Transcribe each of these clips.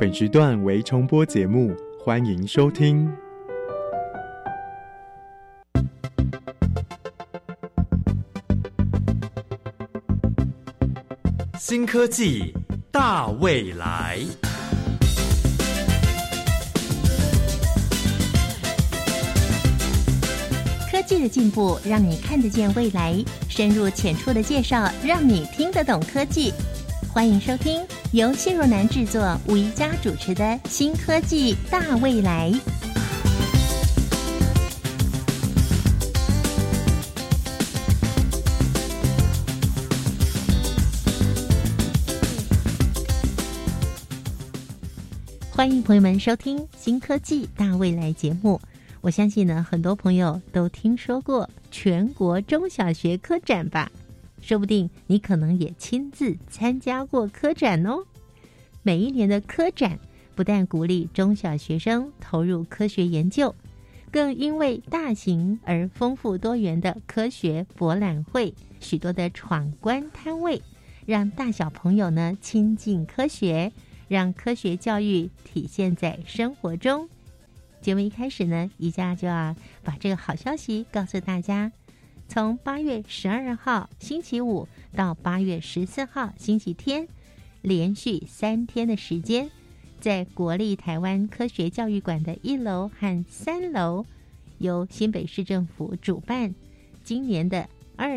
本时段为重播节目，欢迎收听。 新科技大未来， 科技的进步让你看得见未来，深入浅出的介绍让你听得懂科技。欢迎收听由谢若男制作、吴宜佳主持的《新科技大未来》。欢迎朋友们收听《新科技大未来》节目。我相信呢，很多朋友都听说过全国中小学科展吧？说不定你可能也亲自参加过科展哦。每一年的科展不但鼓励中小学生投入科学研究，更因为大型而丰富多元的科学博览会，许多的闯关摊位，让大小朋友呢亲近科学，让科学教育体现在生活中。节目一开始呢，宜家就要把这个好消息告诉大家。从8月12号星期五到8月14号星期天，连续3天的时间，在国立台湾科学教育馆的1楼和3楼，由新北市政府主办今年的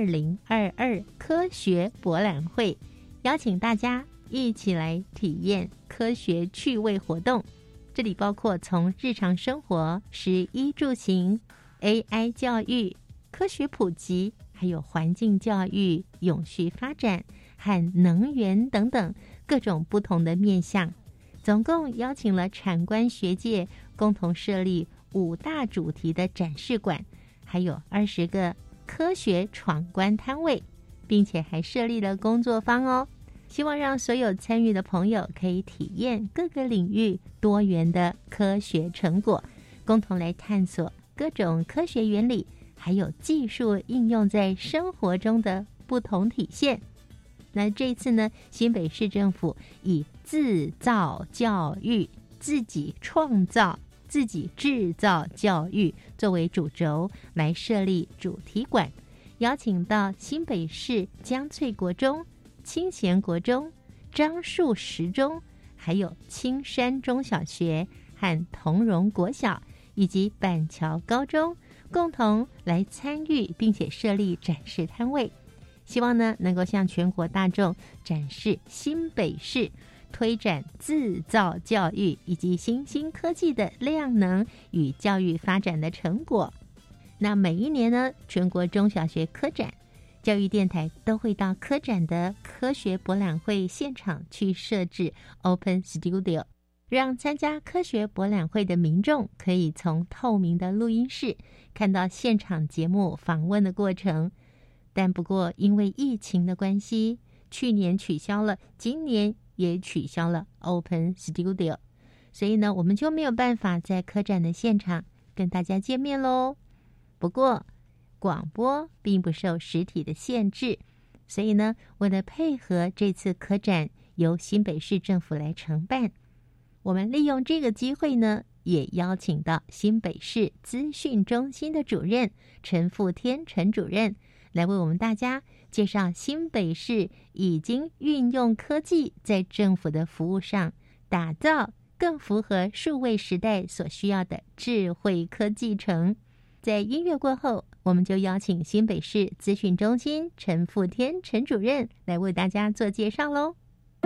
2022科学博览会，邀请大家一起来体验科学趣味活动。这里包括从日常生活、食衣住行、AI 教育、科学普及，还有环境教育、永续发展和能源等等各种不同的面向。总共邀请了产官学界共同设立5大主题的展示馆，还有20个科学闯关摊位，并且还设立了工作坊哦。希望让所有参与的朋友可以体验各个领域多元的科学成果，共同来探索各种科学原理，还有技术应用在生活中的不同体现。那这一次呢，新北市政府以自造教育、自己创造、自己制造教育作为主轴，来设立主题馆，邀请到新北市江翠国中、清贤国中、樟树实中，还有青山中小学和同荣国小以及板桥高中，共同来参与，并且设立展示摊位，希望呢能够向全国大众展示新北市推展自造教育以及新兴科技的量能与教育发展的成果。那每一年呢，全国中小学科展，教育电台都会到科展的科学博览会现场去设置 Open Studio， 让参加科学博览会的民众可以从透明的录音室看到现场节目访问的过程。但不过因为疫情的关系，去年取消了，今年也取消了 Open Studio， 所以呢，我们就没有办法在科展的现场跟大家见面咯。不过广播并不受实体的限制，所以呢，为了配合这次科展由新北市政府来承办，我们利用这个机会呢，也邀请到新北市资讯中心的主任陈富天陈主任来为我们大家介绍新北市已经运用科技在政府的服务上，打造更符合数位时代所需要的智慧科技城。在音乐过后，我们就邀请新北市资讯中心陈富天陈主任来为大家做介绍咯。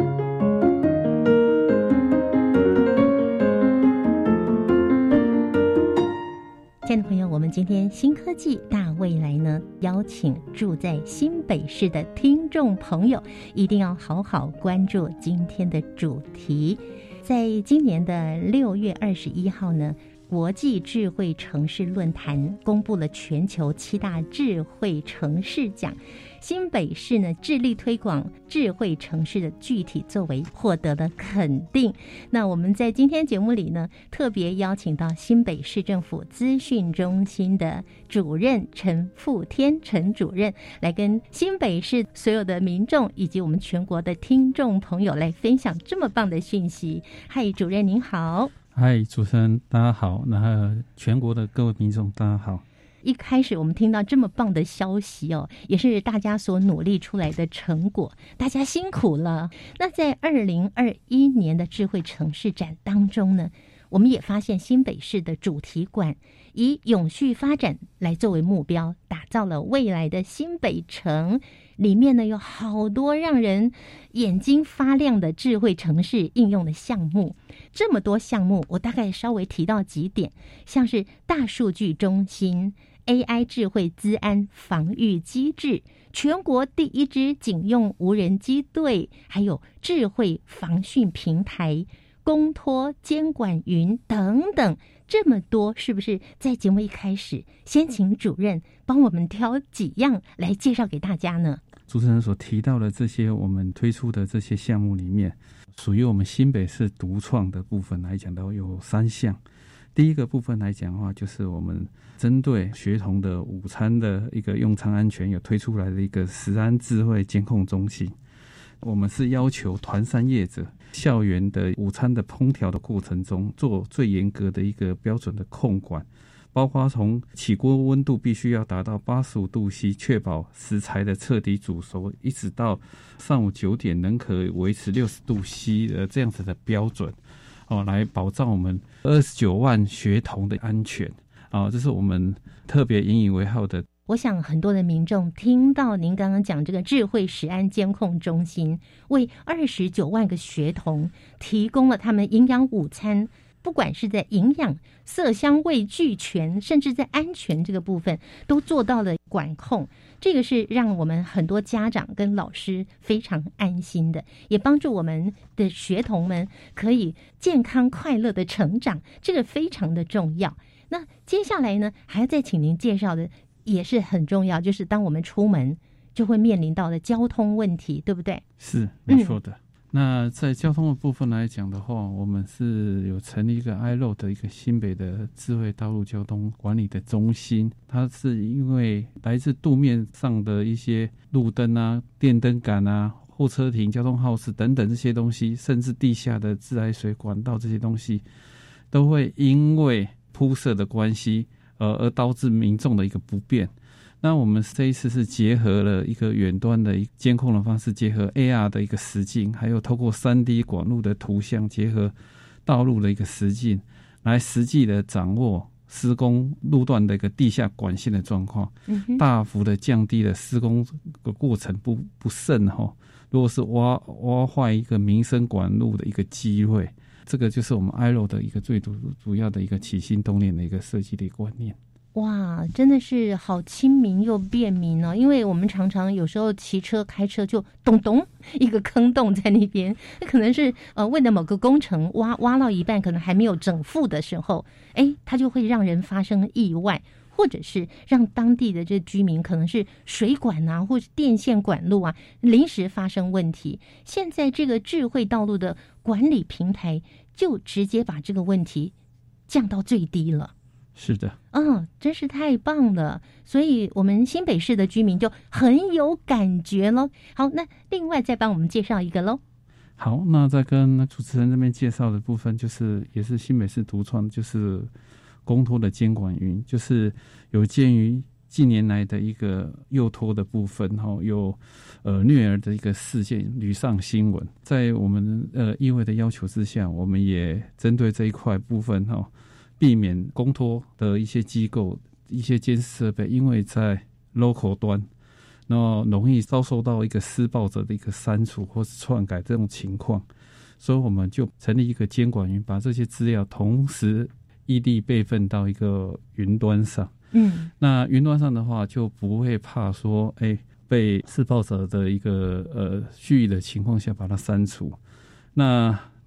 亲爱的朋友，我们今天新科技大未来呢，邀请住在新北市的听众朋友一定要好好关注今天的主题。在今年的6月21号呢， 国际智慧城市论坛公布了全球7大智慧城市奖，新北市呢致力推广智慧城市的具体作为获得了肯定。那我们在今天节目里呢，特别邀请到新北市政府资讯中心的主任陈富天陈主任，来跟新北市所有的民众以及我们全国的听众朋友来分享这么棒的讯息。嗨，主任您好。 嗨，主持人大家好，然后全国的各位民众大家好。 一开始我们听到这么棒的消息哦，也是大家所努力出来的成果，大家辛苦了。那在2021年的智慧城市展当中呢，我们也发现新北市的主题馆以永续发展来作为目标，打造了未来的新北城。里面呢有好多让人眼睛发亮的智慧城市应用的项目。这么多项目，我大概稍微提到几点，像是大数据中心、AI 智慧资安防御机制、全国第1支警用无人机队，还有智慧防汛平台、公托监管云等等，这么多，是不是在节目一开始先请主任帮我们挑几样来介绍给大家呢？ 主持人所提到的这些我们推出的这些项目里面，属于我们新北市独创的部分来讲的有3项。第一个部分来讲的话，就是我们针对学童的午餐的一个用餐安全有推出来的一个食安智慧监控中心。我们是要求团膳业者校园的午餐的烹调的过程中做最严格的一个标准的控管，包括从起锅温度必须要达到85度C， 确保食材的彻底煮熟，一直到上午9点仍可维持60度C 的这样子的标准，来保障我们29万学童的安全。这是我们特别引以为豪的。 我想很多的民众听到您刚刚讲这个智慧食安监控中心为29万个学童提供了他们营养午餐，不管是在营养、色香味俱全，甚至在安全这个部分都做到了管控，这个是让我们很多家长跟老师非常安心的，也帮助我们的学童们可以健康快乐的成长，这个非常的重要。那接下来呢，还要再请您介绍的也是很重要，就是当我们出门就会面临到的交通问题，对不对？ 是没错的。那在交通的部分来讲的话，我们是有成立一个 iRoad 的一个新北的智慧道路交通管理的中心。它是因为来自路面上的一些路灯啊、电灯杆啊、候车亭、交通号志等等这些东西，甚至地下的自来水管道这些东西，都会因为铺设的关系而导致民众的一个不便。那我们这一次是结合了一个远端的监控的方式，结合 AR 的一个实境，还有透过 3D 管路的图像，结合道路的一个实境，来实际的掌握施工路段的一个地下管线的状况，大幅的降低了施工的过程不慎如果是挖坏一个民生管路的一个机会，这个就是我们 iRoad 的一个最主要的一个起心动念的一个设计的观念。 哇，真的是好亲民又便民哦！因为我们常常有时候骑车开车就咚咚一个坑洞在那边，那可能是为了某个工程挖到一半，可能还没有整复的时候，它就会让人发生意外，或者是让当地的这居民可能是水管啊或是电线管路啊临时发生问题。现在这个智慧道路的管理平台就直接把这个问题降到最低了。 是的， 真是太棒了，所以我们新北市的居民就很有感觉咯。好，那另外再帮我们介绍一个咯。 好，那再跟主持人这边介绍的部分，就是也是新北市独创，就是公托的监管云，就是有鉴于近年来的一个幼托的部分有虐儿的一个事件屡上新闻，在我们议会的要求之下，我们也针对这一块部分避免公托的一些机构、一些监视设备，因为在 local 端，然后容易遭受到一个施暴者的一个删除或是篡改这种情况，所以我们就成立一个监管云，把这些资料同时异地备份到一个云端上。那云端上的话，就不会怕说，被施暴者的一个蓄意的情况下把它删除。那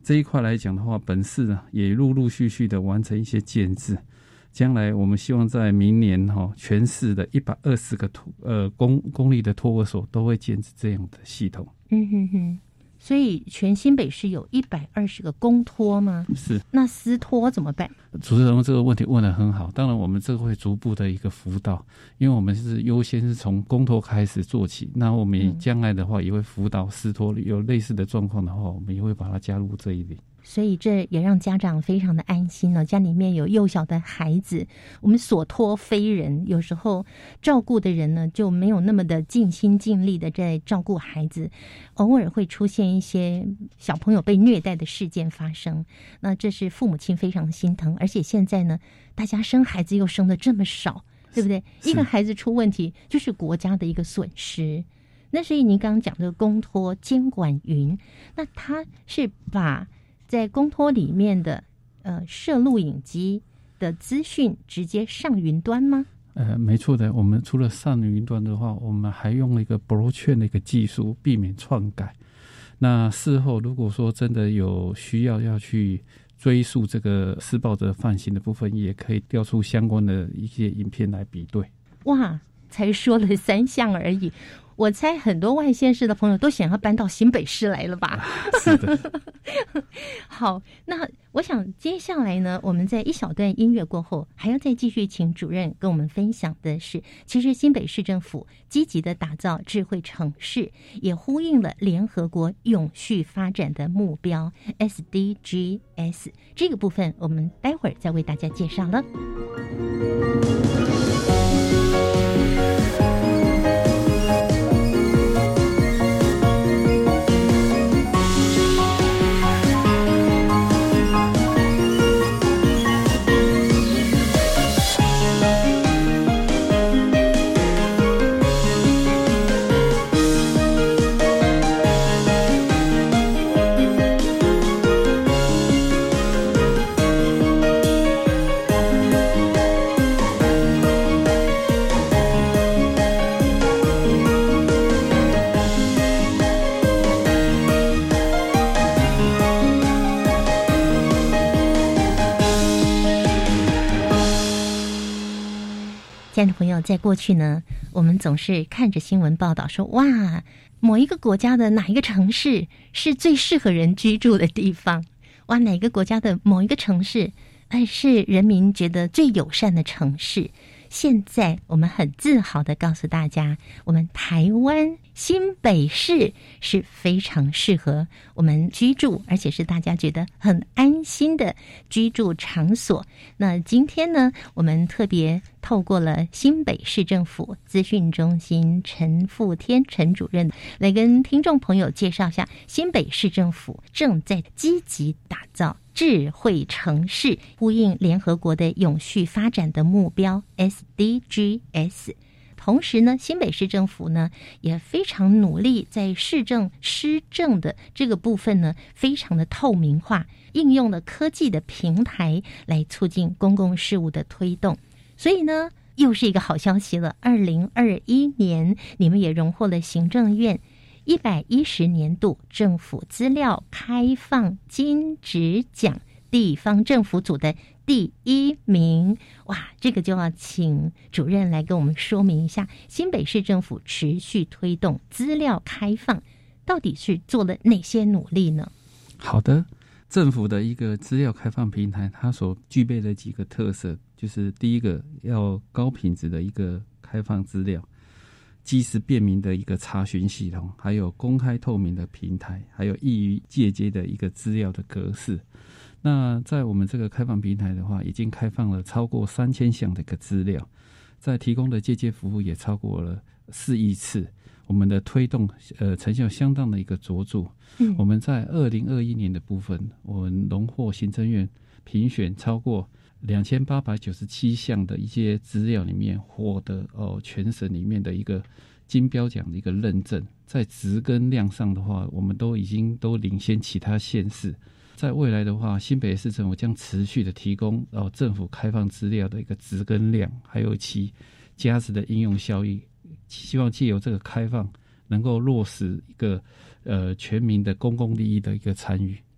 这一块来讲的话，本市呢也陆陆续续的完成一些建制。将来我们希望在明年全市的120个公立的托儿所都会建置这样的系统。 所以全新北市有120个公托吗？ 是。 那私托怎么办？ 主持人这个问题问得很好，当然我们这个会逐步的一个辅导，因为我们是优先是从公托开始做起，那我们将来的话也会辅导私托，有类似的状况的话，我们也会把它加入这一里。 所以这也让家长非常的安心了。家里面有幼小的孩子，我们所托非人，有时候照顾的人呢就没有那么的尽心尽力的在照顾孩子，偶尔会出现一些小朋友被虐待的事件发生，那这是父母亲非常心疼。而且现在呢，大家生孩子又生的这么少，对不对？一个孩子出问题就是国家的一个损失。那所以您刚刚讲的公托监管云，那它是把在公托里面的摄录影机的资讯直接上云端吗？ 没错的。我们除了上云端的话，我们还用了一个 blockchain 的一个技术，避免篡改。那事后如果说真的有需要去追溯这个施暴者犯行的部分，也可以调出相关的一些影片来比对。 哇，才说了3项而已，我猜很多外县市的朋友都想要搬到新北市来了吧？ 是的。 好，那我想接下来呢，我们在一小段音乐过后，还要再继续请主任跟我们分享的是，其实新北市政府积极的打造智慧城市，也呼应了联合国永续发展的目标 SDGs 这个部分，我们待会儿再为大家介绍了。亲爱的朋友，在过去呢，我们总是看着新闻报道说，哇，某一个国家的哪一个城市是最适合人居住的地方，哇，哪个国家的某一个城市是人民觉得最友善的城市。现在我们很自豪的告诉大家，我们台湾新北市是非常适合我们居住，而且是大家觉得很安心的居住场所。那今天呢，我们特别透过了新北市政府资讯中心陈富天陈主任来跟听众朋友介绍一下，新北市政府正在积极打造智慧城市，呼应联合国的永续发展的目标 SDGs。 同时呢，新北市政府呢也非常努力在市政施政的这个部分呢非常的透明化，应用了科技的平台来促进公共事务的推动。所以呢，又是一个好消息了，2021年你们也荣获了行政院110年度政府资料开放金质奖地方政府组的第1名。哇，这个就要请主任来跟我们说明一下，新北市政府持续推动资料开放到底是做了哪些努力呢？ 好的，政府的一个资料开放平台，它所具备的几个特色，就是第一个要高品质的一个开放资料，即时便民的一个查询系统，还有公开透明的平台，还有易于借接的一个资料的格式。那在我们这个开放平台的话，已经开放了超过3000项的一个资料，在提供的借接服务也超过了4亿次，我们的推动成效相当的一个卓著。我们在2021年的部分，我们荣获行政院评选超过2897项的一些资料里面，获得全省里面的一个金标奖的一个认证。在质跟量上的话，我们已经领先其他县市。在未来的话，新北市政府将持续的提供政府开放资料的一个质跟量，还有其价值的应用效益，希望藉由这个开放能够落实一个全民的公共利益的一个参与。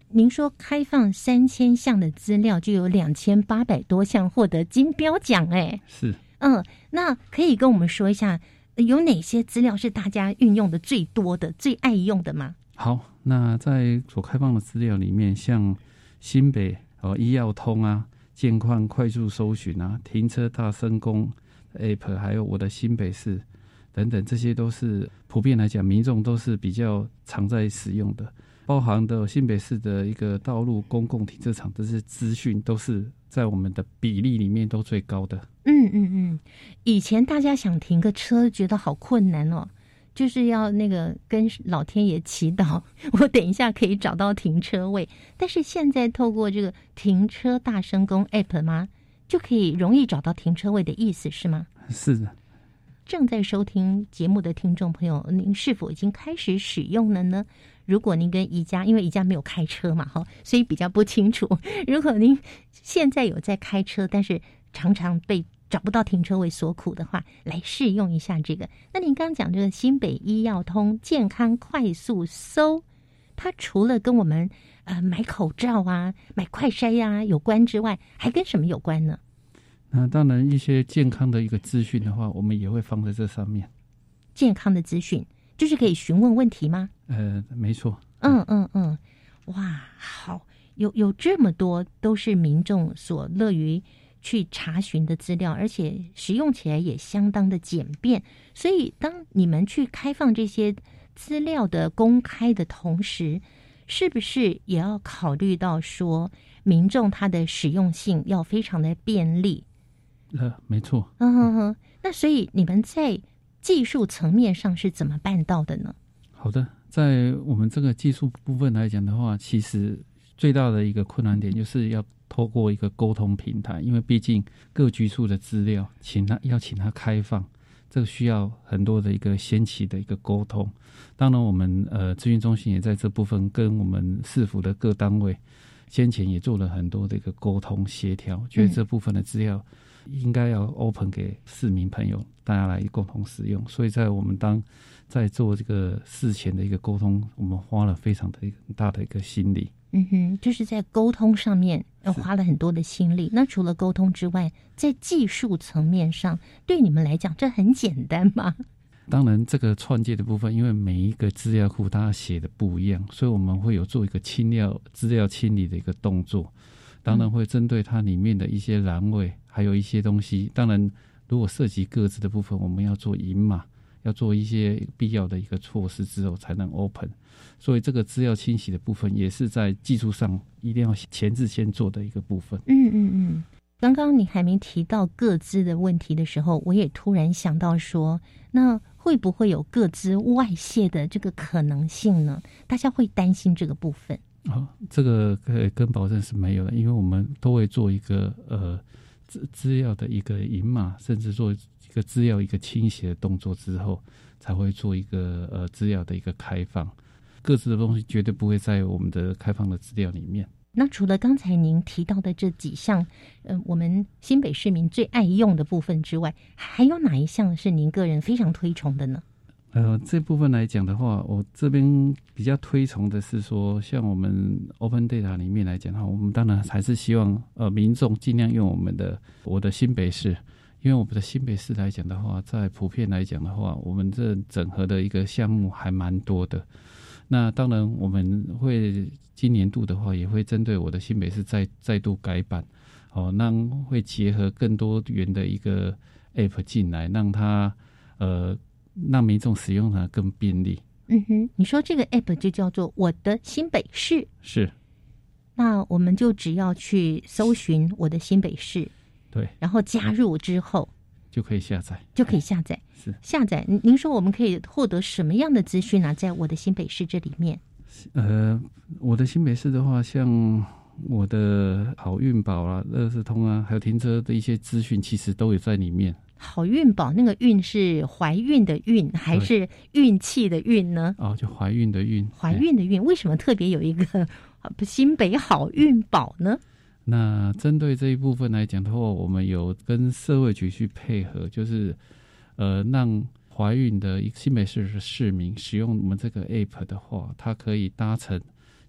您说开放3000项的资料，就有2800多项获得金标奖，哎， 是， 那可以跟我们说一下，有哪些资料是大家运用的最多的、最爱用的吗？ 好，那在所开放的资料里面，像新北医药通啊、健康快速搜寻啊、停车大声公 App， 还有我的新北市等等，这些都是普遍来讲，民众都是比较常在使用的。包含的新北市的一个道路公共停车场，这些资讯都是在我们的比例里面都最高的。 以前大家想停个车觉得好困难哦，就是要那个跟老天爷祈祷，我等一下可以找到停车位。但是现在透过这个停车大声公 App 吗，就可以容易找到停车位的意思是吗？ 是的。 正在收听节目的听众朋友，您是否已经开始使用了呢？如果您跟宜家，因为宜家没有开车嘛，所以比较不清楚。如果您现在有在开车，但是常常被找不到停车位所苦的话，来试用一下这个。那您刚刚讲这个新北医药通健康快速搜，它除了跟我们买口罩啊、买快筛啊有关之外，还跟什么有关呢？ 那当然，一些健康的一个资讯的话，我们也会放在这上面。 健康的资讯就是可以询问问题吗？ 没错。 哇，好，有这么多都是民众所乐于去查询的资料，而且使用起来也相当的简便。所以，当你们去开放这些资料的公开的同时，是不是也要考虑到说，民众他的使用性要非常的便利？ 没错。 那所以你们在技术层面上是怎么办到的呢？ 好的，在我们这个技术部分来讲的话，其实最大的一个困难点就是要透过一个沟通平台，因为毕竟各局处的资料请他开放，这个需要很多的一个先期的一个沟通。当然我们资讯中心也在这部分跟我们市府的各单位先前也做了很多的一个沟通协调，觉得这部分的资料应该要 open 给市民朋友大家来共同使用。所以在我们在做这个事前的一个沟通，我们花了非常的一个大的一个心力。 就是在沟通上面花了很多的心力。那除了沟通之外，在技术层面上，对你们来讲这很简单吗？ 当然这个创建的部分，因为每一个资料库它写的不一样，所以我们会有做一个资料清理的一个动作。当然会针对它里面的一些栏位还有一些东西，当然如果涉及个资的部分，我们要做引码，要做一些必要的一个措施之后才能 open。 所以这个资料清洗的部分也是在技术上一定要前置先做的一个部分。 刚刚你还没提到个资的问题的时候，我也突然想到说，那会不会有个资外泄的这个可能性呢？大家会担心这个部分。 这个可以跟保证是没有的，因为我们都会做一个资料的一个引码，甚至做一个资料一个清洗的动作之后，才会做一个资料的一个开放。各自的东西绝对不会在我们的开放的资料里面。 那除了刚才您提到的这几项我们新北市民最爱用的部分之外，还有哪一项是您个人非常推崇的呢？ 这部分来讲的话，我这边比较推崇的是说，像我们 Open Data 里面来讲的话，我们当然还是希望民众尽量用我的新北市。因为我们的新北市来讲的话，在普遍来讲的话，我们这整合的一个项目还蛮多的。那当然我们会今年度的话，也会针对我的新北市再度改版，让会结合更多元的一个 App 进来，让它让民众使用它更便利。 你说这个 App 就叫做我的新北市， 是。 那我们就只要去搜寻我的新北市， 对， 然后加入之后就可以下载，是下载。您说我们可以获得什么样的资讯呢？在我的新北市这里面， 我的新北市的话，像我的好运宝啊、乐视通啊，还有停车的一些资讯，其实都有在里面。 好运宝那个运是怀孕的孕还是运气的运呢？ 就怀孕的孕。 怀孕的孕，为什么特别有一个新北好运宝呢？ 那针对这一部分来讲的话，我们有跟社会局去配合，就是让怀孕的新北市的市民使用我们这个 App 的话，它可以搭乘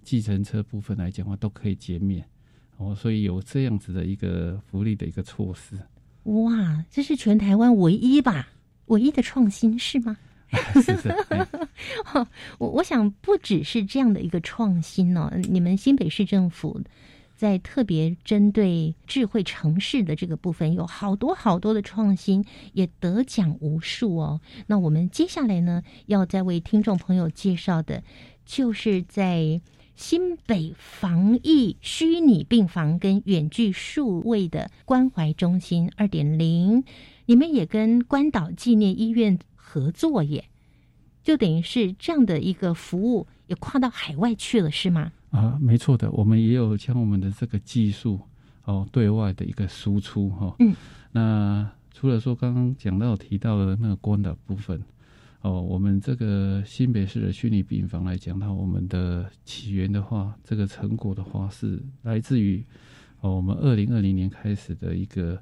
计程车部分来讲的话，都可以减免所以有这样子的一个福利的一个措施。 哇，这是全台湾唯一的创新是吗？ 是是。 我想不只是这样的一个创新你们新北市政府在特别针对智慧城市的这个部分有好多好多的创新，也得奖无数那我们接下来呢，要再为听众朋友介绍的，就是在新北防疫虚拟病房跟远距数位的关怀中心 2.0， 你们也跟关岛纪念医院合作耶，就等于是这样的一个服务也跨到海外去了是吗？ 没错的，我们也有将我们的这个技术对外的一个输出那除了说刚刚提到的那个关岛部分我们这个新北市的虚拟病房来讲，我们的起源的话，这个成果的话是来自于我们2020年开始的一个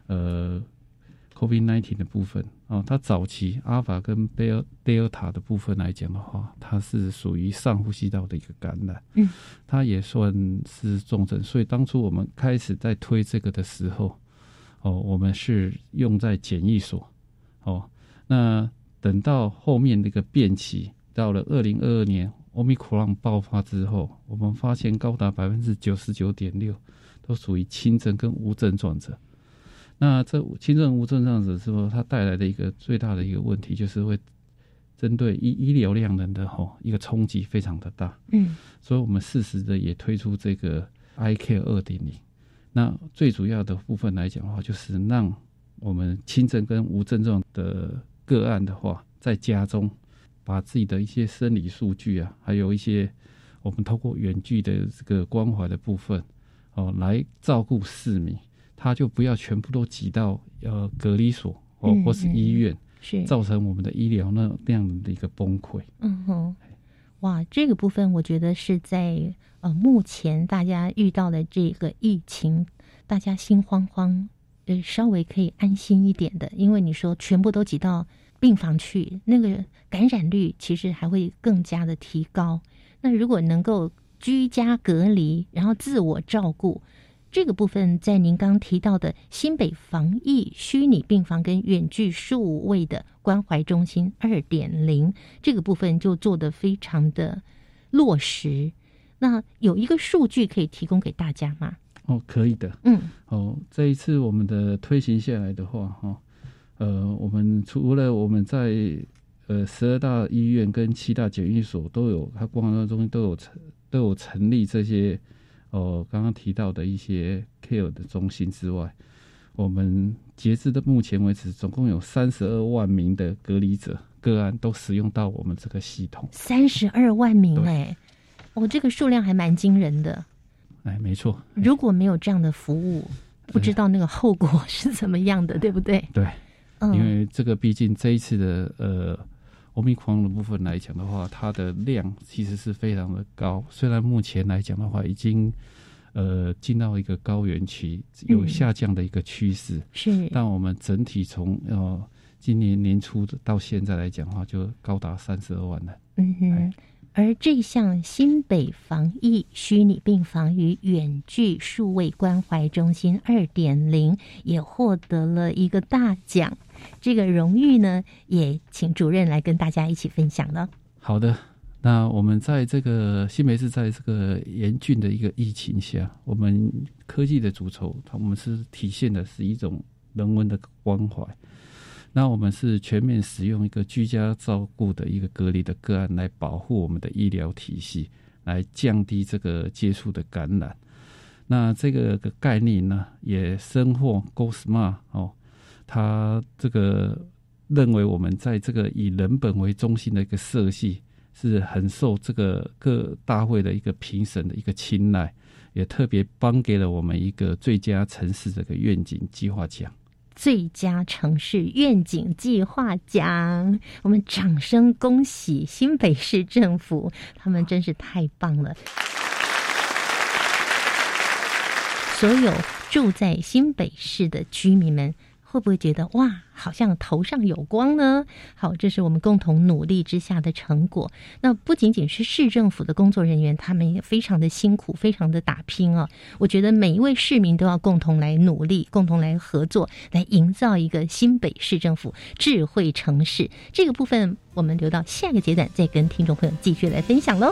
COVID-19 的部分它早期阿尔法跟贝尔塔的部分来讲的话，它是属于上呼吸道的一个感染，它也算是重症，所以当初我们开始在推这个的时候我们是用在检疫所那等到后面那个变期，到了2022年 Omicron 爆发之后，我们发现高达 99.6% 都属于轻症跟无症状者。那这轻症无症状者之后，它带来的一个最大的一个问题，就是会针对医疗量能的一个冲击非常的大。所以我们适时的也推出这个 iCare 2.0。那最主要的部分来讲的话，就是让我们轻症跟无症状的个案的话，在家中把自己的一些生理数据还有一些我们透过远距的这个关怀的部分来照顾市民，他就不要全部都挤到隔离所或是医院，造成我们的医疗那样的一个崩溃。 哇，这个部分我觉得是在目前大家遇到的这个疫情，大家心慌慌稍微可以安心一点的，因为你说全部都挤到病房去，那个感染率其实还会更加的提高。那如果能够居家隔离，然后自我照顾，这个部分在您刚提到的新北防疫虚拟病房跟远距数位的关怀中心 2.0 这个部分就做得非常的落实。那有一个数据可以提供给大家吗？ 可以的。这一次我们的推行下来的话我们除了我们在12大医院跟7大检疫所都有，它关怀中心都有成立这些刚刚提到的一些 care 的中心之外，我们截至的目前为止，总共有32万名的隔离者个案都使用到我们这个系统。32万名这个数量还蛮惊人的。 没错。 如果没有这样的服务，不知道那个后果是怎么样的，对不对？ 对。因为这个毕竟这一次的Omicron 的部分来讲的话，它的量其实是非常的高，虽然目前来讲的话已经进到一个高原期，有下降的一个趋势，是，但我们整体从今年年初到现在来讲的话，就高达32万了。 而这项新北防疫虚拟病房与远距数位关怀中心 2.0 也获得了一个大奖，这个荣誉呢，也请主任来跟大家一起分享了。好的， 那我们在这个新北市在这个严峻的一个疫情下，我们科技的主筹，我们是体现的是一种人文的关怀。那我们是全面使用一个居家照顾的一个隔离的个案来保护我们的医疗体系，来降低这个接触的感染。那这个概念呢，也深获 Go Smart 他这个认为我们在这个以人本为中心的一个设计是很受这个各大会的一个评审的一个青睐，也特别颁给了我们一个最佳城市这个愿景计划奖。最佳城市愿景计划奖， 我们掌声恭喜新北市政府，他们真是太棒了。所有住在新北市的居民们， 会不会觉得哇，好像头上有光呢？好，这是我们共同努力之下的成果。那不仅仅是市政府的工作人员，他们也非常的辛苦，非常的打拼哦。我觉得每一位市民都要共同来努力，共同来合作，来营造一个新北市政府智慧城市。这个部分我们留到下一个阶段再跟听众朋友继续来分享咯。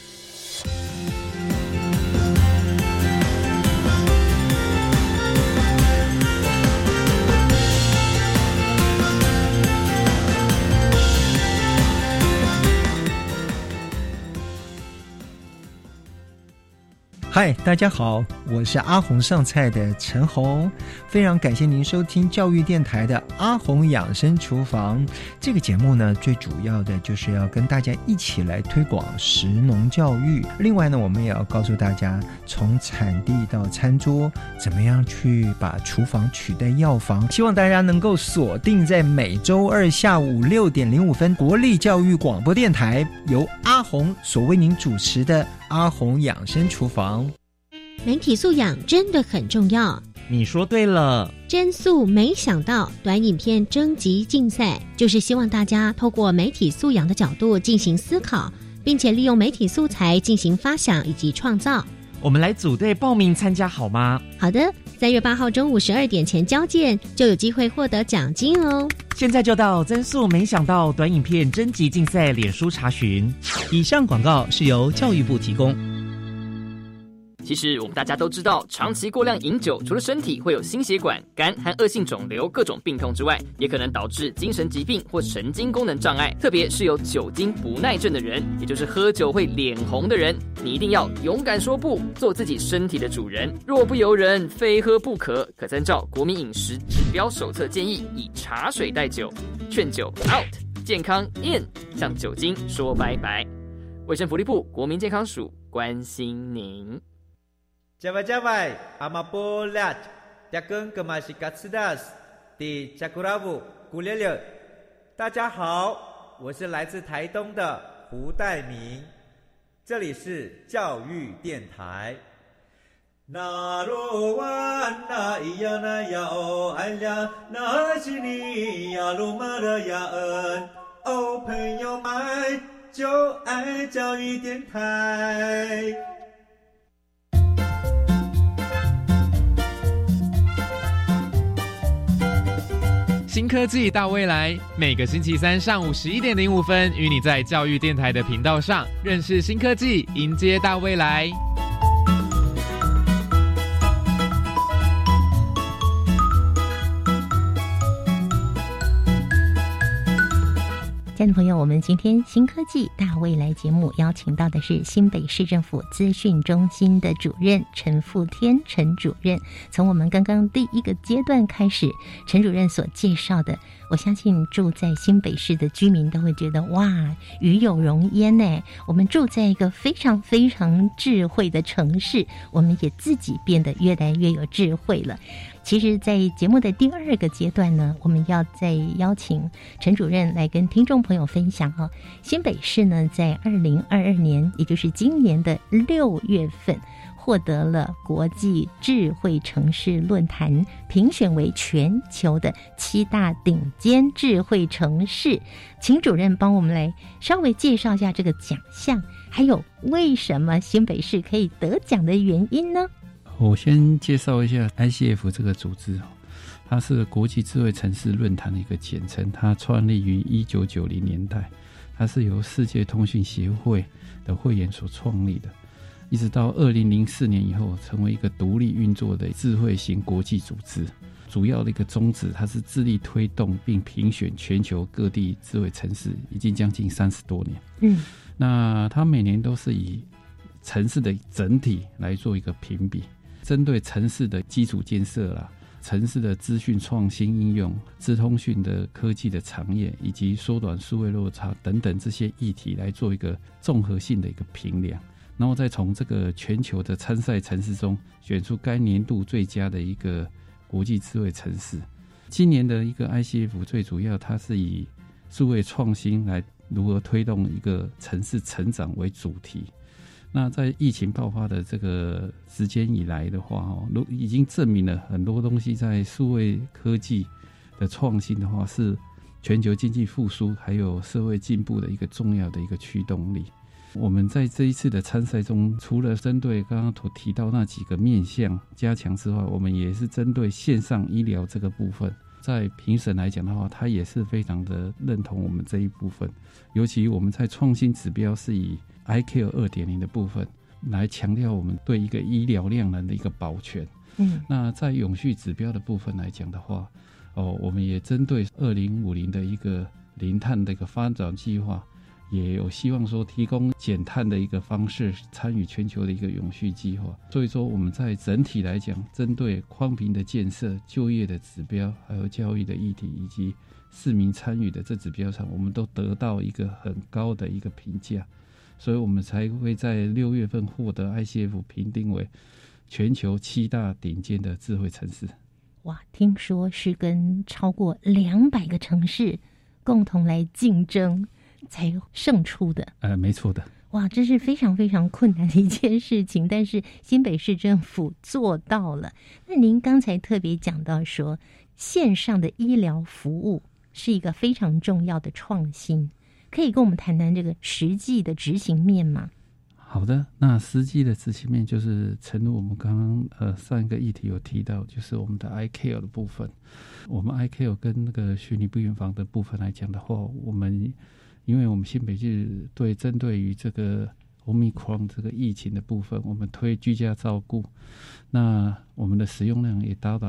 嗨，大家好，我是阿红上菜的陈红，非常感谢您收听教育电台的阿红养生厨房。这个节目呢，最主要的就是要跟大家一起来推广食农教育。另外呢，我们也要告诉大家，从产地到餐桌，怎么样去把厨房取代药房。希望大家能够锁定在每周二下午6点05分国立教育广播电台，由阿红所为您主持的阿红养生厨房。 媒体素养真的很重要， 你说对了。 真素没想到短影片征集竞赛，就是希望大家透过媒体素养的角度进行思考，并且利用媒体素材进行发想以及创造。 我们来组队报名参加好吗？ 好的，3月8号中午12点前交件，就有机会获得奖金哦。 现在就到真素没想到短影片征集竞赛脸书查询。 以上广告是由教育部提供。 其实我们大家都知道，长期过量饮酒，除了身体会有心血管、肝和恶性肿瘤各种病痛之外，也可能导致精神疾病或神经功能障碍。特别是有酒精不耐症的人，也就是喝酒会脸红的人，你一定要勇敢说不，做自己身体的主人。若不由人，非喝不可。可参照国民饮食指标手册建议，以茶水代酒，劝酒 out， 健康 in， 向酒精说拜拜。卫生福利部国民健康署关心您。 Jawai, amapolat, jagung kemashikatsidas, di Jakuravu, Gulele。大家好，我是来自台东的胡代明，这里是教育电台。那罗哇那咿呀那呀哦哎呀，那是你呀鲁玛的呀恩哦，朋友们就爱教育电台。 新科技大未来，每个星期三上午11点05分，与你在教育电台的频道上认识新科技，迎接大未来。 亲爱的朋友，我们今天新科技大未来节目邀请到的是新北市政府资讯中心的主任陈富天陈主任。从我们刚刚第一个阶段开始，陈主任所介绍的，我相信住在新北市的居民都会觉得哇，与有荣焉呢。我们住在一个非常非常智慧的城市，我们也自己变得越来越有智慧了。其实在节目的第二个阶段呢，我们要再邀请陈主任来跟听众朋友分享哦。新北市呢，在2022年，也就是今年的6月份，获得了国际智慧城市论坛评选为全球的7大顶尖智慧城市。请主任帮我们来稍微介绍一下这个奖项，还有为什么新北市可以得奖的原因呢？ 我先介绍一下 ICF 这个组织，它是国际智慧城市论坛的一个简称，它创立于1990年代，它是由世界通讯协会的会员所创立的，一直到2004年以后成为一个独立运作的智慧型国际组织。主要的一个宗旨，它是致力推动并评选全球各地智慧城市，已经将近30多年。那它每年都是以城市的整体来做一个评比，针对城市的基础建设啦、城市的资讯创新应用、资通讯的科技的产业，以及缩短数位落差等等这些议题来做一个综合性的一个评量，然后再从这个全球的参赛城市中选出该年度最佳的一个国际智慧城市。今年的一个 ICF 最主要它是以数位创新来如何推动一个城市成长为主题。那在疫情爆发的这个时间以来的话，已经证明了很多东西在数位科技的创新的话，是全球经济复苏还有社会进步的一个重要的一个驱动力。我们在这一次的参赛中，除了针对刚刚所提到那几个面向加强之外，我们也是针对线上医疗这个部分，在评审来讲的话，他也是非常的认同我们这一部分。尤其我们在创新指标是以 ICARE 2.0 的部分来强调我们对一个医疗量能的一个保全。那在永续指标的部分来讲的话，我们也针对2050的一个零碳的一个发展计划，也有希望说提供减碳的一个方式，参与全球的一个永续计划。所以说我们在整体来讲，针对匡平的建设、就业的指标，还有教育的议题，以及市民参与的这指标上，我们都得到一个很高的一个评价，所以我们才会在6月份获得 ICF 评定为全球7大顶尖的智慧城市。 哇，听说是跟超过200个城市共同来竞争才胜出的。 没错的。 哇，这是非常非常困难的一件事情，但是新北市政府做到了。那您刚才特别讲到说，线上的医疗服务是一个非常重要的创新，可以跟我们谈谈这个实际的执行面吗？ 好的，那实际的执行面就是诚如我们刚刚上一个议题有提到，就是我们的 ICARE 的部分。我们 ICARE 跟那个虚拟病原房的部分来讲的话，因为我们新北市针对于这个 Omicron 这个疫情的部分，我们推居家照顾，那我们的使用量也达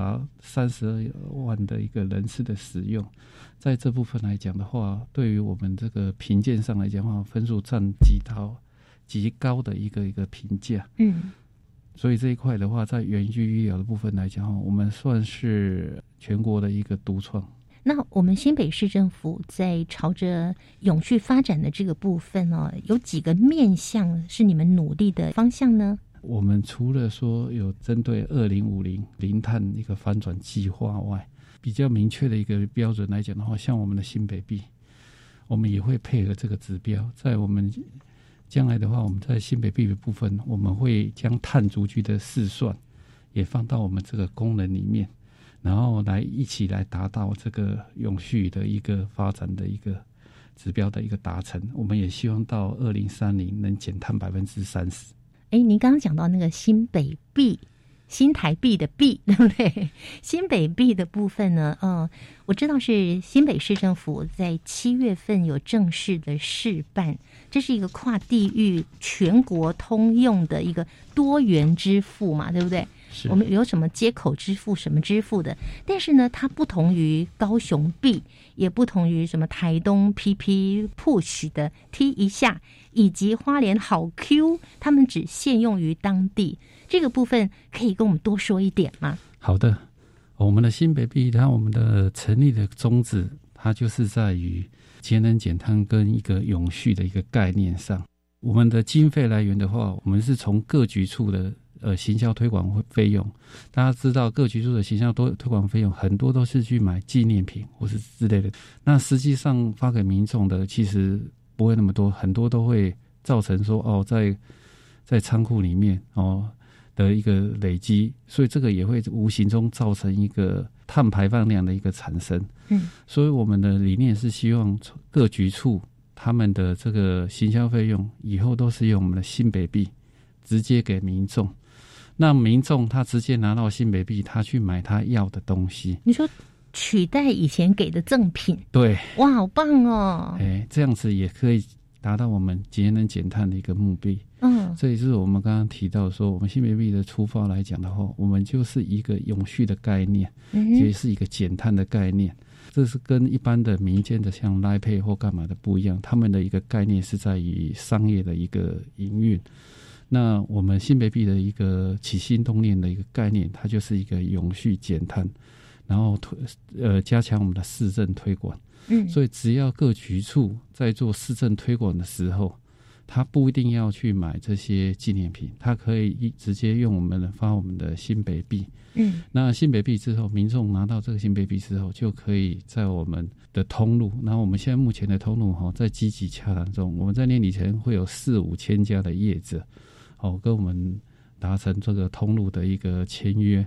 32万的一个人次的使用。在这部分来讲的话，对于我们这个评鉴上来讲的话，分数占极高的一个评价。所以这一块的话，在远距医疗的部分来讲，我们算是全国的一个独创。 那我们新北市政府在朝着永续发展的这个部分有几个面向是你们努力的方向呢？ 我们除了说有针对2050零碳一个翻转计划外，比较明确的一个标准来讲的话，像我们的新北币，我们也会配合这个指标，在我们将来的话，我们在新北币的部分，我们会将碳足迹的试算也放到我们这个功能里面，然后一起来达到这个永续的一个发展的一个指标的一个达成。我们也希望到2030能减碳30%。 您刚刚讲到那个新北币，新台币的币，对不对？新北币的部分呢，我知道是新北市政府在7月份有正式的示范，这是一个跨地域、全国通用的一个多元支付嘛，对不对？我们有什么接口支付、什么支付的，但是呢，它不同于高雄币，也不同于什么台东 PP Push 的 T 一下，以及花莲好 Q， 他们只限用于当地。这个部分可以跟我们多说一点吗？ 好的，我们的新北币，我们的成立的宗旨，它就是在于节能减碳跟一个永续的一个概念上。我们的经费来源的话，我们是从各局处的行销推广费用。大家知道各局处的行销推广费用很多都是去买纪念品或是之类的，那实际上发给民众的其实不会那么多，很多都会造成说在仓库里面的一个累积，所以这个也会无形中造成一个碳排放量的一个产生。所以我们的理念是希望各局处他们的这个行销费用以后都是用我们的新北币直接给民众，那民众他直接拿到新北币，他去买他要的东西。 你说取代以前给的赠品？对，哇，好棒哦！ 这样子也可以达到我们节能减碳的一个目的。这也是我们刚刚提到说，我们新北币的出发来讲的话，我们就是一个永续的概念，也是一个减碳的概念。这是跟一般的民间的像 Line Pay 或干嘛的不一样，他们的一个概念是在于商业的一个营运。那我们新北币的一个起心动念的一个概念，它就是一个永续减碳，然后加强我们的市政推广。所以只要各局处在做市政推广的时候，他不一定要去买这些纪念品，他可以直接用我们的新北币。那新北币之后，民众拿到这个新北币之后，就可以在我们的通路，然后我们现在目前的通路在积极洽谈中，我们在年底前会有4-5千家的业者跟我们达成这个通路的一个签约。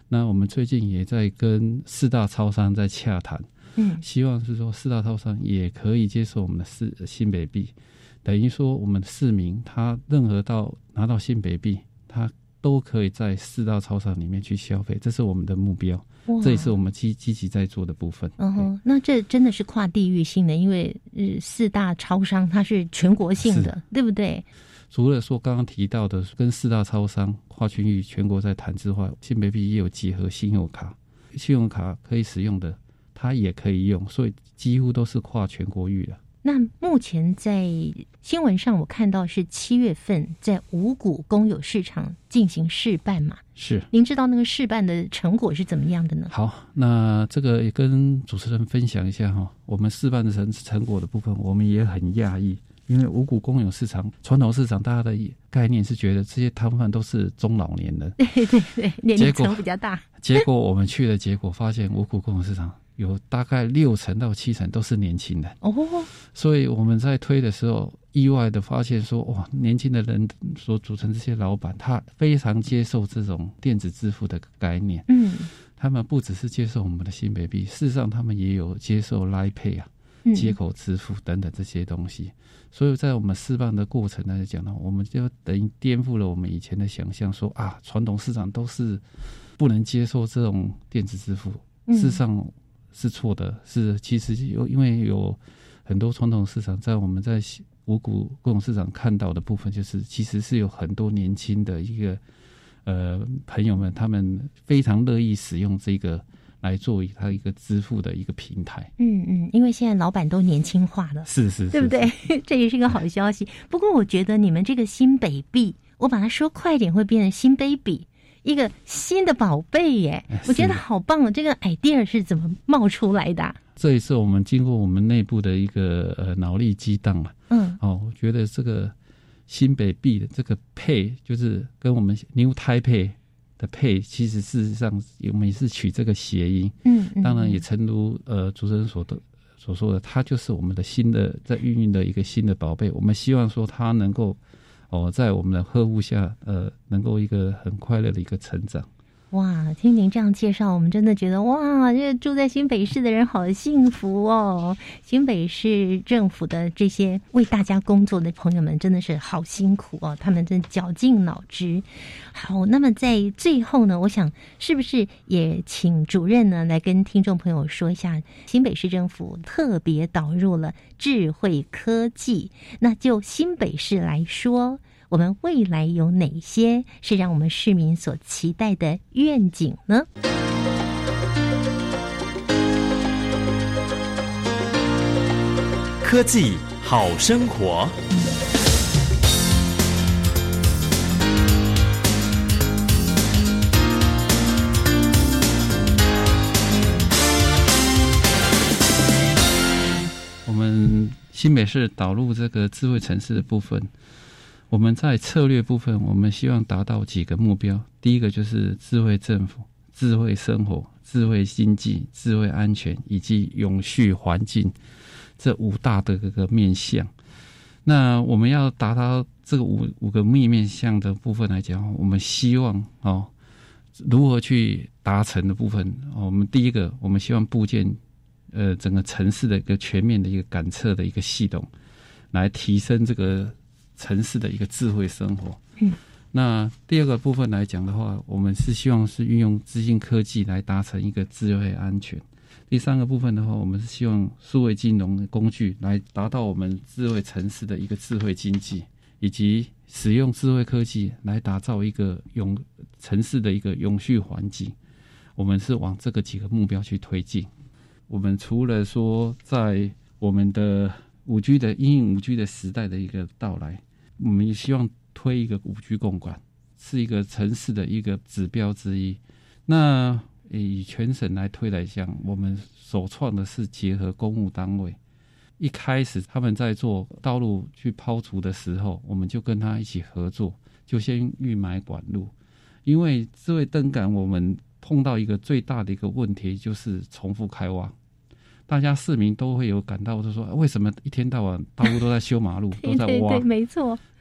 那我们最近也在跟4大超商在洽谈，希望是说4大超商也可以接受我们的新北币，等于说我们的市民他任何拿到新北币，他都可以在4大超商里面去消费，这是我们的目标，这也是我们积极在做的部分。 那这真的是跨地域性的，因为4大超商它是全国性的，对不对？ 除了说刚刚提到的跟4大超商跨区域全国在谈之外，新北币也有结合信用卡，信用卡可以使用的它也可以用，所以几乎都是跨全国域的。 那目前在新闻上我看到是7月份在五股公有市场进行试办嘛？ 是。您知道那个试办的成果是怎么样的呢？ 好，那这个也跟主持人分享一下哈。我们试办的成果的部分，我们也很讶异，因为五股公有市场传统市场大家的概念是觉得这些摊贩都是中老年人， 对，年龄层比较大。 结果我们去的结果发现，五股公有市场有大概60%到70%都是年轻人所以我们在推的时候，意外的发现说，哇，年轻的人所组成这些老板，他非常接受这种电子支付的概念。他们不只是接受我们的新北币，事实上他们也有接受 Line Pay 接口支付等等这些东西。所以在我们示范的过程来讲呢，我们就等于颠覆了我们以前的想象，说传统市场都是不能接受这种电子支付，事实上是错的。其实因为有很多传统市场在我们在五股公有市场看到的部分，就是其实是有很多年轻的一个朋友们，他们非常乐意使用这个来作为他一个支付的一个平台。 因为现在老板都年轻化了， 是， 对不对？这也是个好消息。不过我觉得你们这个新北币，我把它说快一点会变成新baby，一个新的宝贝耶，我觉得好棒哦！这个 idea 是怎么冒出来的这也是我们经过我们内部的一个脑力激荡我觉得这个新北币的这个配，就是跟我们 New Taipei 的配，其实事实上我们也是取这个谐音。当然也诚如主持人所说的，它就是我们的新的在孕育的一个新的宝贝。我们希望说它能够在我们的呵护下，能够一个很快乐的一个成长。 哇，听您这样介绍，我们真的觉得哇，这住在新北市的人好幸福哦！新北市政府的这些为大家工作的朋友们真的是好辛苦哦，他们真绞尽脑汁。好，那么在最后呢，我想是不是也请主任呢来跟听众朋友说一下，新北市政府特别导入了智慧科技，那就新北市来说，我们未来有哪些是让我们市民所期待的愿景呢？ 科技好生活。 我们新北市导入这个智慧城市的部分，我们在策略部分，我们希望达到几个目标。第一个就是智慧政府、智慧生活、智慧经济、智慧安全以及永续环境这5大的这个面向。那我们要达到这个五个面向的部分来讲，我们希望如何去达成的部分，我们第一个，我们希望布建整个城市的一个全面的一个感测的一个系统，来提升这个城市的一个智慧生活。那第二个部分来讲的话，我们是希望是运用资讯科技来达成一个智慧安全。第三个部分的话，我们是希望数位金融的工具来达到我们智慧城市的一个智慧经济，以及使用智慧科技来打造一个城市的一个永续环境。我们是往这个几个目标去推进。我们除了说在我们的5G 的因应 5G 的时代的一个到来，我们也希望推一个5G 共管，是一个城市的一个指标之一。那以全省来推来讲，我们首创的是结合公务单位。一开始他们在做道路去抛除的时候，我们就跟他一起合作，就先预买管路。因为智慧灯杆我们碰到一个最大的一个问题，就是重复开挖。大家市民都会有感到，就是说为什么一天到晚道路都在修马路都在挖， 对，没错。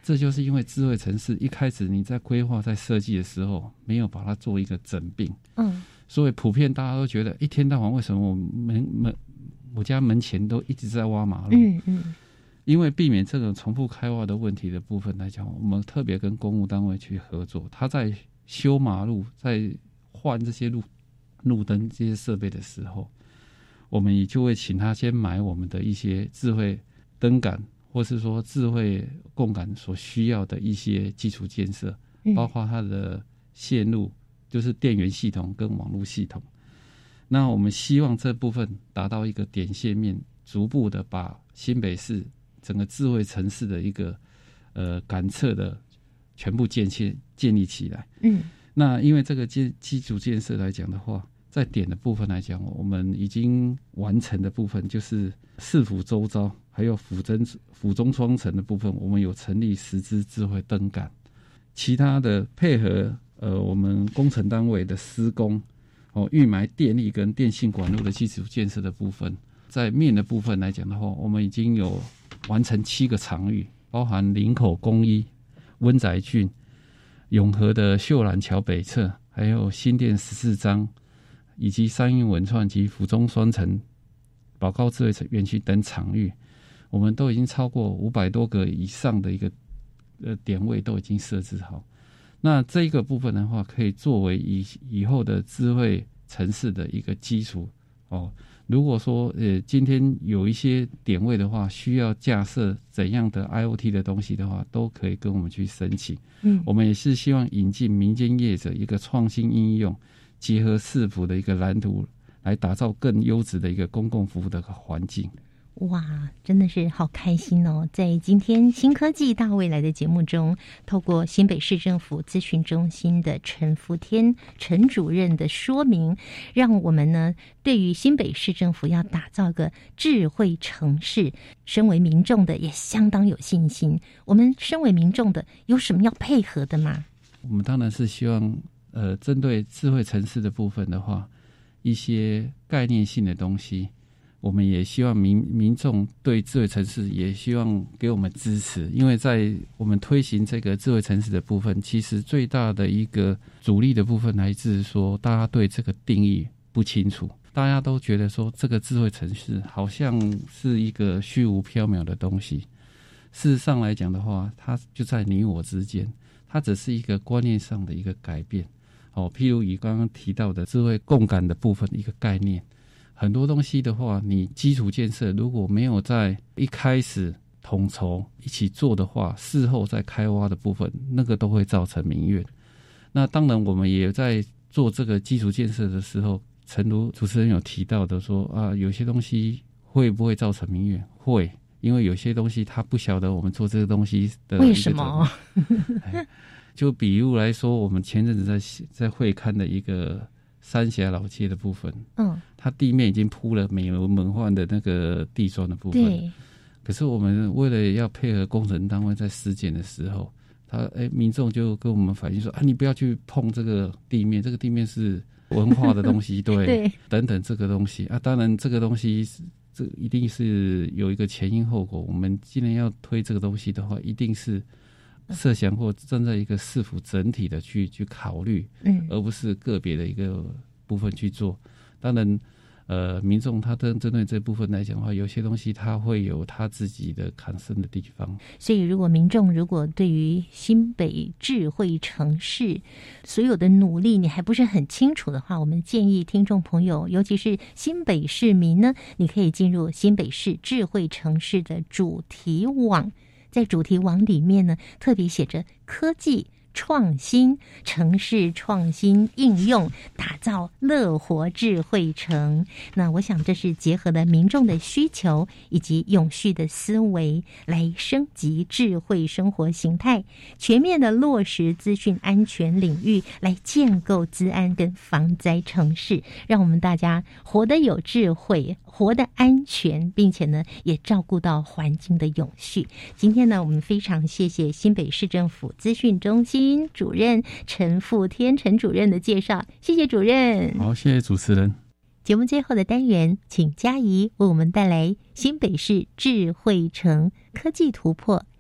这就是因为智慧城市一开始你在规划在设计的时候没有把它做一个整并，所以普遍大家都觉得一天到晚为什么我家门前都一直在挖马路，因为避免这种重复开挖的问题的部分来讲，我们特别跟公务单位去合作，他在修马路在换这些路灯这些设备的时候，我们也就会请他先买我们的一些智慧灯杆或是说智慧共感所需要的一些基础建设，包括它的线路，就是电源系统跟网络系统。那我们希望这部分达到一个点线面，逐步的把新北市整个智慧城市的一个感测的全部建立起来。那因为这个基础建设来讲的话，在点的部分来讲，我们已经完成的部分就是市府周遭还有府中双城的部分，我们有成立10支智慧灯杆，其他的配合我们工程单位的施工，预埋电力跟电信管路的基础建设的部分，在面的部分来讲的话，我们已经有完成7个场域，包含林口公一、温宅郡、永和的秀兰桥北侧，还有新店14张，以及三运文创及府中双城、宝高智慧园区等场域，我们都已经超过500多个以上的一个点位都已经设置好。那这一个部分的话，可以作为以后的智慧城市的一个基础。如果说今天有一些点位的话，需要架设怎样的 IoT 的东西的话，都可以跟我们去申请。我们也是希望引进民间业者一个创新应用，结合市府的一个蓝图，来打造更优质的一个公共服务的环境。 哇，真的是好开心哦！在今天新科技大未来的节目中，透过新北市政府资讯中心的陈福天陈主任的说明，让我们呢对于新北市政府要打造个智慧城市，身为民众的也相当有信心。我们身为民众的有什么要配合的吗？ 我们当然是希望针对智慧城市的部分的话，一些概念性的东西，我们也希望民众对智慧城市也希望给我们支持，因为在我们推行这个智慧城市的部分，其实最大的一个阻力的部分来自说大家对这个定义不清楚，大家都觉得说这个智慧城市好像是一个虚无缥缈的东西，事实上来讲的话，它就在你我之间，它只是一个观念上的一个改变。譬如以刚刚提到的智慧共感的部分一个概念，很多东西的话，你基础建设如果没有在一开始统筹一起做的话，事后再开挖的部分，那个都会造成民怨。那当然我们也在做这个基础建设的时候，诚如主持人有提到的说有些东西会不会造成民怨？会，因为有些东西他不晓得我们做这个东西的为什么就比如来说，我们前阵子在会勘的一个三峡老街的部分，它地面已经铺了美轮美奂的那个地砖的部分，对。可是我们为了要配合工程单位在施检的时候，民众就跟我们反映说你不要去碰这个地面，这个地面是文化的东西，对，对，等等这个东西当然这个东西这一定是有一个前因后果。我们既然要推这个东西的话，一定是设想或站在一个市府整体的去考虑，而不是个别的一个部分去做。当然民众他针对这部分来讲的话，有些东西他会有他自己的抗生的地方。 所以如果民众对于新北智慧城市所有的努力你还不是很清楚的话，我们建议听众朋友，尤其是新北市民呢，你可以进入新北市智慧城市的主题网，在主题网里面呢，特别写着科技创新、城市创新应用，打造乐活智慧城。那我想这是结合了民众的需求以及永续的思维，来升级智慧生活形态，全面的落实资讯安全领域，来建构资安跟防灾城市，让我们大家活得有智慧，活得安全，并且呢也照顾到环境的永续。今天呢，我们非常谢谢新北市政府资讯中心主任陈富天陈主任的介绍，谢谢主任。 好，谢谢主持人。 节目最后的单元，请嘉怡为我们带来新北市智慧城科技突破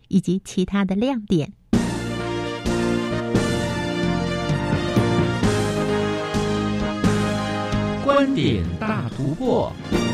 以及其他的亮点。 观点大突破。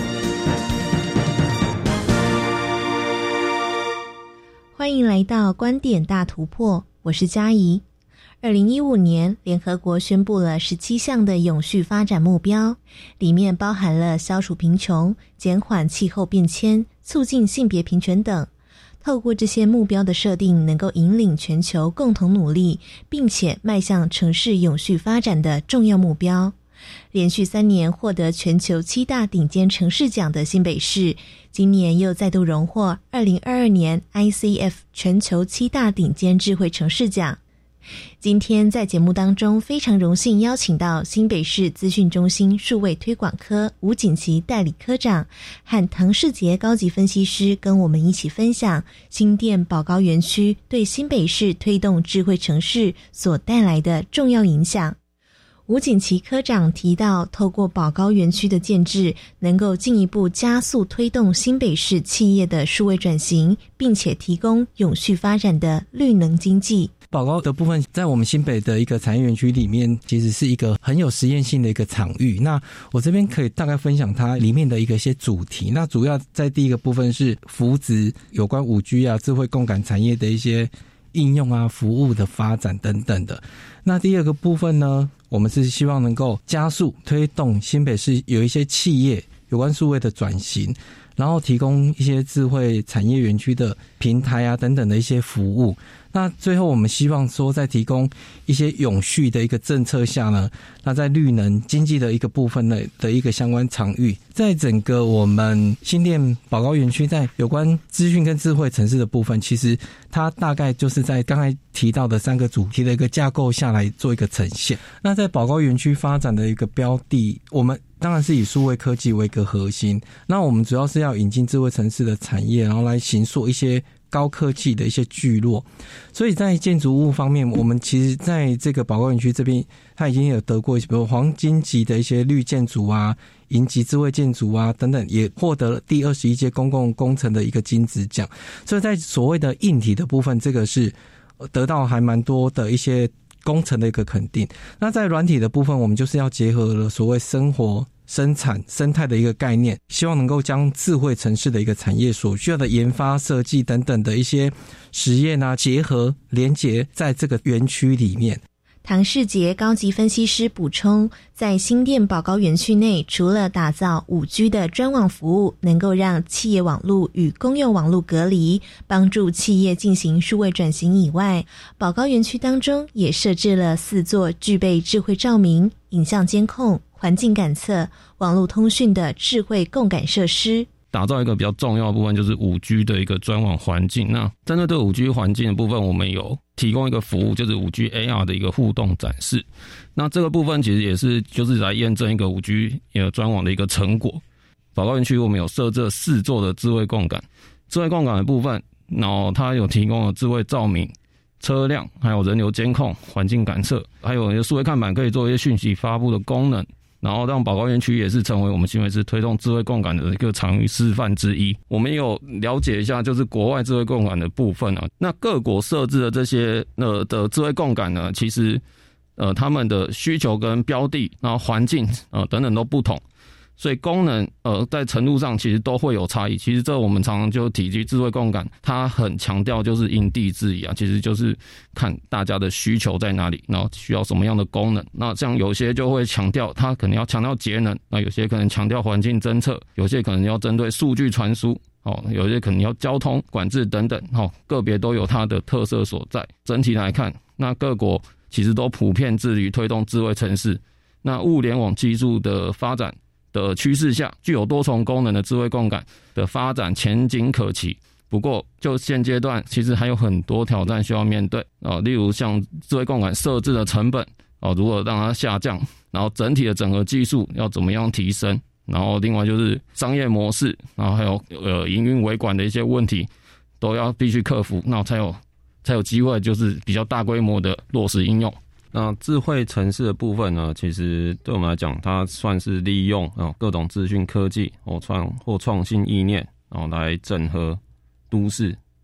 欢迎来到观点大突破，我是嘉怡。2015年，联合国宣布了17项的永续发展目标，里面包含了消除贫穷、减缓气候变迁、促进性别平权等。透过这些目标的设定，能够引领全球共同努力，并且迈向城市永续发展的重要目标。连续3年获得全球7大顶尖城市奖的新北市，今年又再度荣获2022年 ICF 全球7大顶尖智慧城市奖。今天在节目当中，非常荣幸邀请到新北市资讯中心数位推广科吴锦琪代理科长和唐世杰高级分析师，跟我们一起分享新店宝高园区对新北市推动智慧城市所带来的重要影响。吴锦琪科长提到，透过宝高园区的建制，能够进一步加速推动新北市企业的数位转型，并且提供永续发展的绿能经济。 宝高的部分在我们新北的一个产业园区里面，其实是一个很有实验性的一个场域。那我这边可以大概分享它里面的一些主题。那主要在第一个部分是扶植有关 5G 啊、智慧共感产业的一些应用啊、服务的发展等等的。那第二个部分呢，我们是希望能够加速推动新北市有一些企业有关数位的转型，然后提供一些智慧产业园区的平台啊等等的一些服务。那最后我们希望说，在提供一些永续的一个政策下呢，那在绿能经济的一个部分的一个相关场域，在整个我们新店宝高园区在有关资讯跟智慧城市的部分，其实它大概就是在刚才提到的3个主题的一个架构下来做一个呈现。那在宝高园区发展的一个标的，我们当然是以数位科技为一个核心，那我们主要是要引进智慧城市的产业，然后来形塑一些高科技的一些聚落。所以在建筑物方面，我们其实在这个宝高园区这边，它已经有得过比如黄金级的一些绿建筑啊、银级智慧建筑啊等等，也获得了第21届公共工程的一个金质奖。所以在所谓的硬体的部分，这个是得到还蛮多的一些工程的一个肯定。那在软体的部分，我们就是要结合了所谓生活生产生态的一个概念，希望能够将智慧城市的一个产业所需要的研发设计等等的一些实验啊，结合连结在这个园区里面。 唐世杰高级分析师补充，在新店宝高园区内，除了打造 5G 的专网服务，能够让企业网络与公用网络隔离，帮助企业进行数位转型以外，宝高园区当中也设置了4座具备智慧照明、影像监控、环境感测、网络通讯的智慧共感设施。 打造一个比较重要的部分，就是 5G 的一个专网环境。那针对这个 5G 环境的部分，我们有提供一个服务，就是 5G AR 的一个互动展示。那这个部分其实也是就是来验证一个 5G 专网的一个成果。宝高园区我们有设置4座的智慧共感，智慧共感的部分，然后它有提供了智慧照明、车辆，还有人流监控、环境感测，还有一些数位看板可以做一些讯息发布的功能。然后让宝高园区也是成为我们新北市推动智慧共感的一个场域示范之一。我们也有了解一下就是国外智慧共感的部分啊，那各国设置的这些的智慧共感呢，其实他们的需求跟标的，然后环境等等都不同。所以功能在程度上其实都会有差异。其实这我们常常就提及智慧共感，它很强调就是因地制宜啊，其实就是看大家的需求在哪里，然后需要什么样的功能。那像有些就会强调它可能要强调节能，那有些可能强调环境侦测，有些可能要针对数据传输，有些可能要交通管制等等，个别都有它的特色所在。整体来看，那各国其实都普遍致力于推动智慧城市。那物联网技术的发展的趋势下，具有多重功能的智慧共感的发展前景可期。不过就现阶段其实还有很多挑战需要面对例如像智慧共感设置的成本如何让它下降，然后整体的整合技术要怎么样提升，然后另外就是商业模式，然后还有营运维管的一些问题都要必须克服，那才有机会就是比较大规模的落实应用。那智慧城市的部分呢，其实对我们来讲，它算是利用各种资讯科技或创新意念，然后来整合都市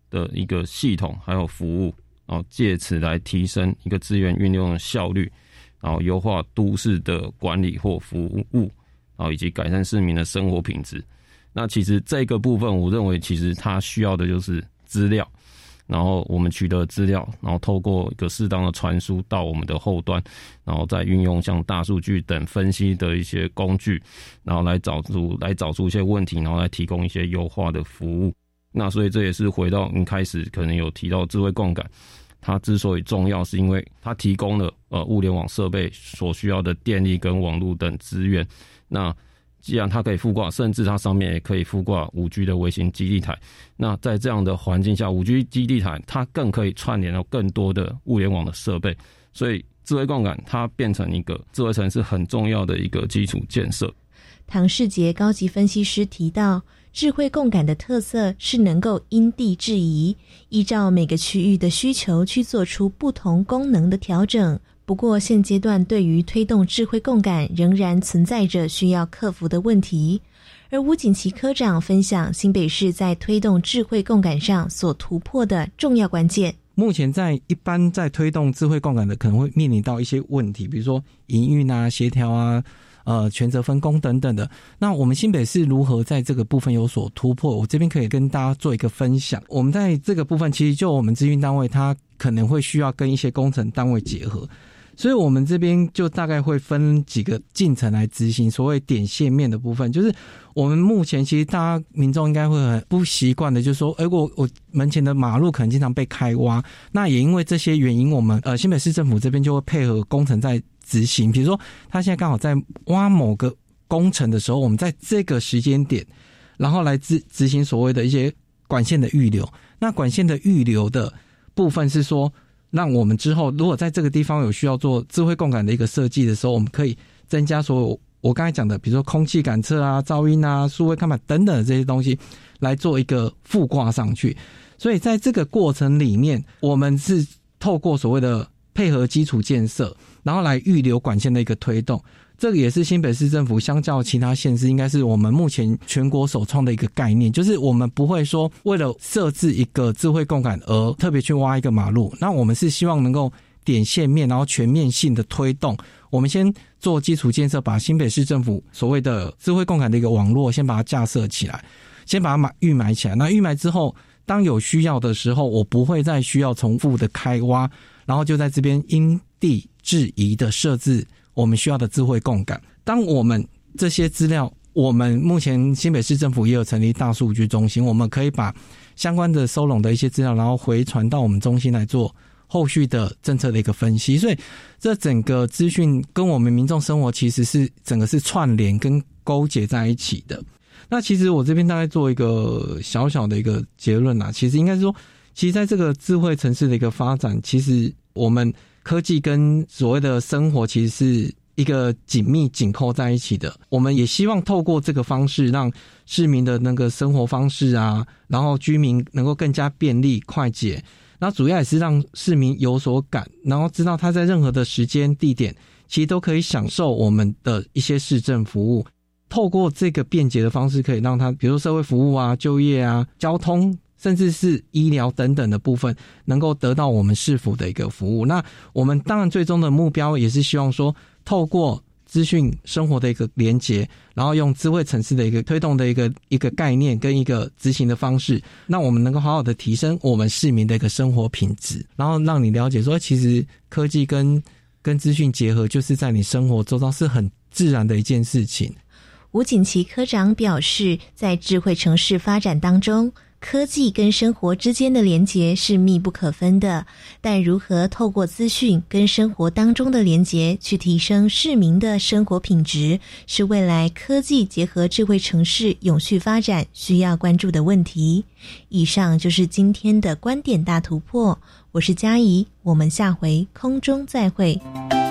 的一个系统还有服务，然后借此来提升一个资源运用的效率，然后优化都市的管理或服务，然后以及改善市民的生活品质。那其实这个部分我认为其实它需要的就是资料，然后我们取得资料，然后透过一个适当的传输到我们的后端，然后再运用像大数据等分析的一些工具，然后来找出一些问题，然后来提供一些优化的服务。那所以这也是回到您开始可能有提到智慧共感，它之所以重要是因为它提供了物联网设备所需要的电力跟网络等资源。那既然它可以附挂，甚至它上面也可以附挂 5G 的卫星基地台，那在这样的环境下， 5G 基地台它更可以串联到更多的物联网的设备，所以智慧共感它变成一个智慧城市很重要的一个基础建设。 唐世杰高级分析师提到，智慧共感的特色是能够因地制宜，依照每个区域的需求去做出不同功能的调整。不过现阶段对于推动智慧共感仍然存在着需要克服的问题，而吴锦旗科长分享新北市在推动智慧共感上所突破的重要关键。 目前一般在推动智慧共感的可能会面临到一些问题，比如说营运啊、协调啊、权责分工等等的。那我们新北市如何在这个部分有所突破？我这边可以跟大家做一个分享。我们在这个部分，其实就我们资讯单位，它可能会需要跟一些工程单位结合，所以我们这边就大概会分几个进程来执行所谓点线面的部分。就是我们目前其实大家民众应该会很不习惯的，就是说我门前的马路可能经常被开挖，那也因为这些原因，我们新北市政府这边就会配合工程在执行。比如说他现在刚好在挖某个工程的时候，我们在这个时间点然后来执行所谓的一些管线的预留。那管线的预留的部分是说，让我们之后如果在这个地方有需要做智慧共感的一个设计的时候，我们可以增加所有我刚才讲的，比如说空气感测啊、噪音啊、数位看板等等的这些东西来做一个附挂上去。所以在这个过程里面，我们是透过所谓的配合基础建设，然后来预留管线的一个推动。这个也是新北市政府相较其他县市应该是我们目前全国首创的一个概念，就是我们不会说为了设置一个智慧共感而特别去挖一个马路，那我们是希望能够点线面，然后全面性的推动。我们先做基础建设，把新北市政府所谓的智慧共感的一个网络先把它架设起来，先把它预埋起来。那预埋之后，当有需要的时候，我不会再需要重复的开挖，然后就在这边因地制宜的设置我们需要的智慧共感。当我们这些资料，我们目前新北市政府也有成立大数据中心，我们可以把相关的收拢的一些资料，然后回传到我们中心来做后续的政策的一个分析。所以这整个资讯跟我们民众生活其实是整个是串联跟勾结在一起的。那其实我这边大概做一个小小的一个结论啊，其实应该是说，其实在这个智慧城市的一个发展，其实我们科技跟所谓的生活其实是一个紧密紧扣在一起的。我们也希望透过这个方式，让市民的那个生活方式啊，然后居民能够更加便利快捷，然后主要也是让市民有所感，然后知道他在任何的时间地点其实都可以享受我们的一些市政服务。透过这个便捷的方式，可以让他比如说社会服务啊、就业啊、交通甚至是医疗等等的部分能够得到我们市府的一个服务。那我们当然最终的目标也是希望说，透过资讯生活的一个连结，然后用智慧城市的一个推动的一个概念跟一个执行的方式，让我们能够好好的提升我们市民的一个生活品质，然后让你了解说，其实科技跟资讯结合，就是在你生活周遭是很自然的一件事情。 吴锦旗科长表示，在智慧城市发展当中，科技跟生活之间的连结是密不可分的，但如何透过资讯跟生活当中的连结去提升市民的生活品质，是未来科技结合智慧城市永续发展需要关注的问题。以上就是今天的观点大突破，我是嘉怡，我们下回空中再会。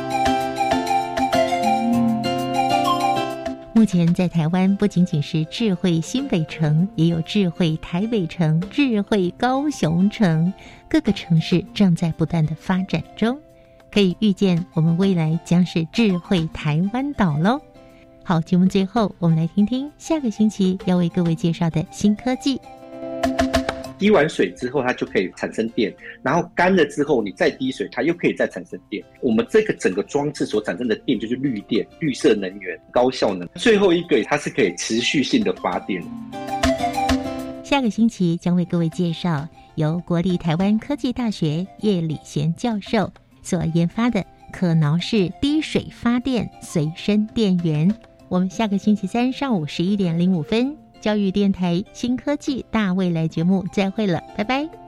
目前在台湾不仅仅是智慧新北城，也有智慧台北城、智慧高雄城，各个城市正在不断的发展中，可以预见我们未来将是智慧台湾岛咯。好，节目最后我们来听听下个星期要为各位介绍的新科技。 滴完水之后它就可以产生电，然后干了之后你再滴水它又可以再产生电。我们这个整个装置所产生的电就是绿电，绿色能源，高效能。最后一个它是可以持续性的发电。 下个星期将为各位介绍由国立台湾科技大学叶礼贤教授所研发的可挠式滴水发电随身电源。我们下个星期三上午11:05教育电台新科技大未来节目再会了，拜拜。